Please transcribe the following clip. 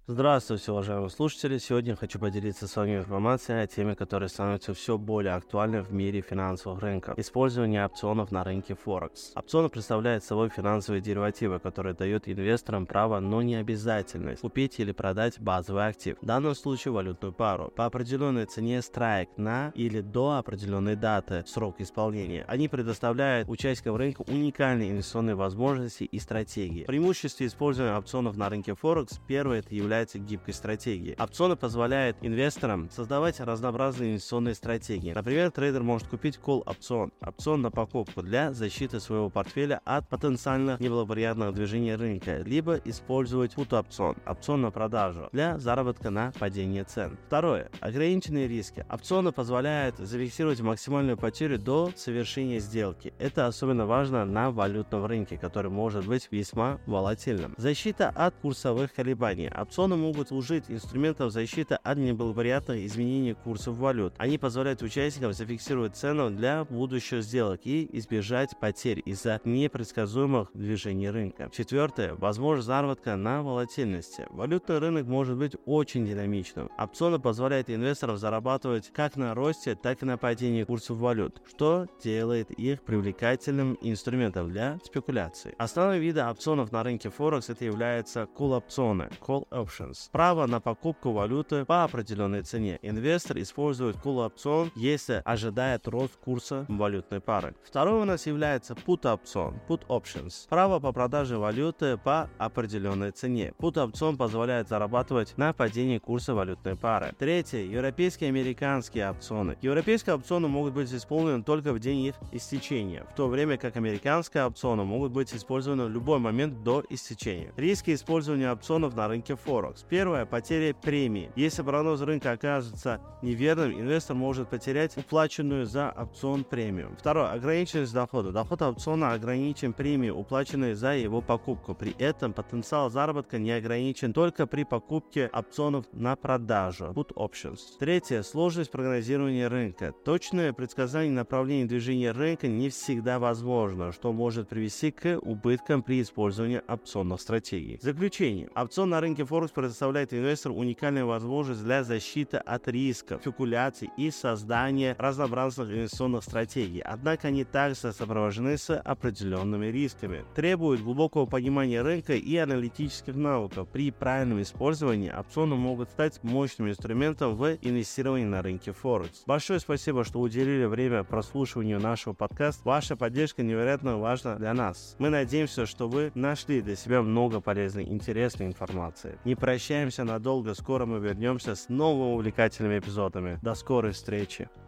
Здравствуйте, уважаемые слушатели! Сегодня я хочу поделиться с вами информацией о теме, которая становится все более актуальной в мире финансовых рынков. Использование опционов на рынке Форекс. Опционы представляют собой финансовые деривативы, которые дают инвесторам право, но не обязательность, купить или продать базовый актив, в данном случае валютную пару, по определенной цене страйк на или до определенной даты, срок исполнения. Они предоставляют участникам рынка уникальные инвестиционные возможности и стратегии. Преимущество использования опционов на рынке Форекс: первое — это является гибкой стратегией. Опционы позволяют инвесторам создавать разнообразные инвестиционные стратегии. Например, трейдер может купить колл-опцион, опцион на покупку для защиты своего портфеля от потенциально неблагоприятных движений рынка, либо использовать пут-опцион, опцион на продажу, для заработка на падение цен. Второе. Ограниченные риски. Опционы позволяют зафиксировать максимальную потерю до совершения сделки. Это особенно важно на валютном рынке, который может быть весьма волатильным. Защита от курсовых колебаний. Опционы могут служить инструментом защиты от неблагоприятных изменений курсов валют. Они позволяют участникам зафиксировать цену для будущих сделок и избежать потерь из-за непредсказуемых движений рынка. Четвертое. Возможность заработка на волатильности. Валютный рынок может быть очень динамичным. Опционы позволяют инвесторам зарабатывать как на росте, так и на падении курсов валют, что делает их привлекательным инструментом для спекуляций. Основные виды опционов на рынке Форекс — это являются колл-опционы, call options. Право на покупку валюты по определенной цене. Инвестор использует колл-опцион, если ожидает рост курса валютной пары. Второй у нас является put-опцион, put options. Право по продаже валюты по определенной цене. Put-опцион позволяет зарабатывать на падении курса валютной пары. Третье. Европейские и американские опционы. Европейские опционы могут быть исполнены только в день их истечения, в то время как американские опционы могут быть использованы в любой момент до истечения. Риски использования опционов на рынке Форекс. Первое — потеря премии. Если прогноз рынка окажется неверным, инвестор может потерять уплаченную за опцион премию. Второе — ограниченность дохода. Доход опциона ограничен премией, уплаченной за его покупку. При этом потенциал заработка не ограничен только при покупке опционов на продажу, put options. Третье — сложность прогнозирования рынка. Точное предсказание направления движения рынка не всегда возможно, что может привести к убыткам при использовании опционных стратегий. Заключение. Опцион на рынке Форекс предоставляет инвестору уникальную возможность для защиты от рисков, спекуляций и создания разнообразных инвестиционных стратегий. Однако они также сопровождены с определенными рисками, требуют глубокого понимания рынка и аналитических навыков. При правильном использовании опционы могут стать мощным инструментом в инвестировании на рынке Форекс. Большое спасибо, что уделили время прослушиванию нашего подкаста. Ваша поддержка невероятно важна для нас. Мы надеемся, что вы нашли для себя много полезной, интересной информации. Не прощаемся надолго, скоро мы вернемся с новыми увлекательными эпизодами. До скорой встречи!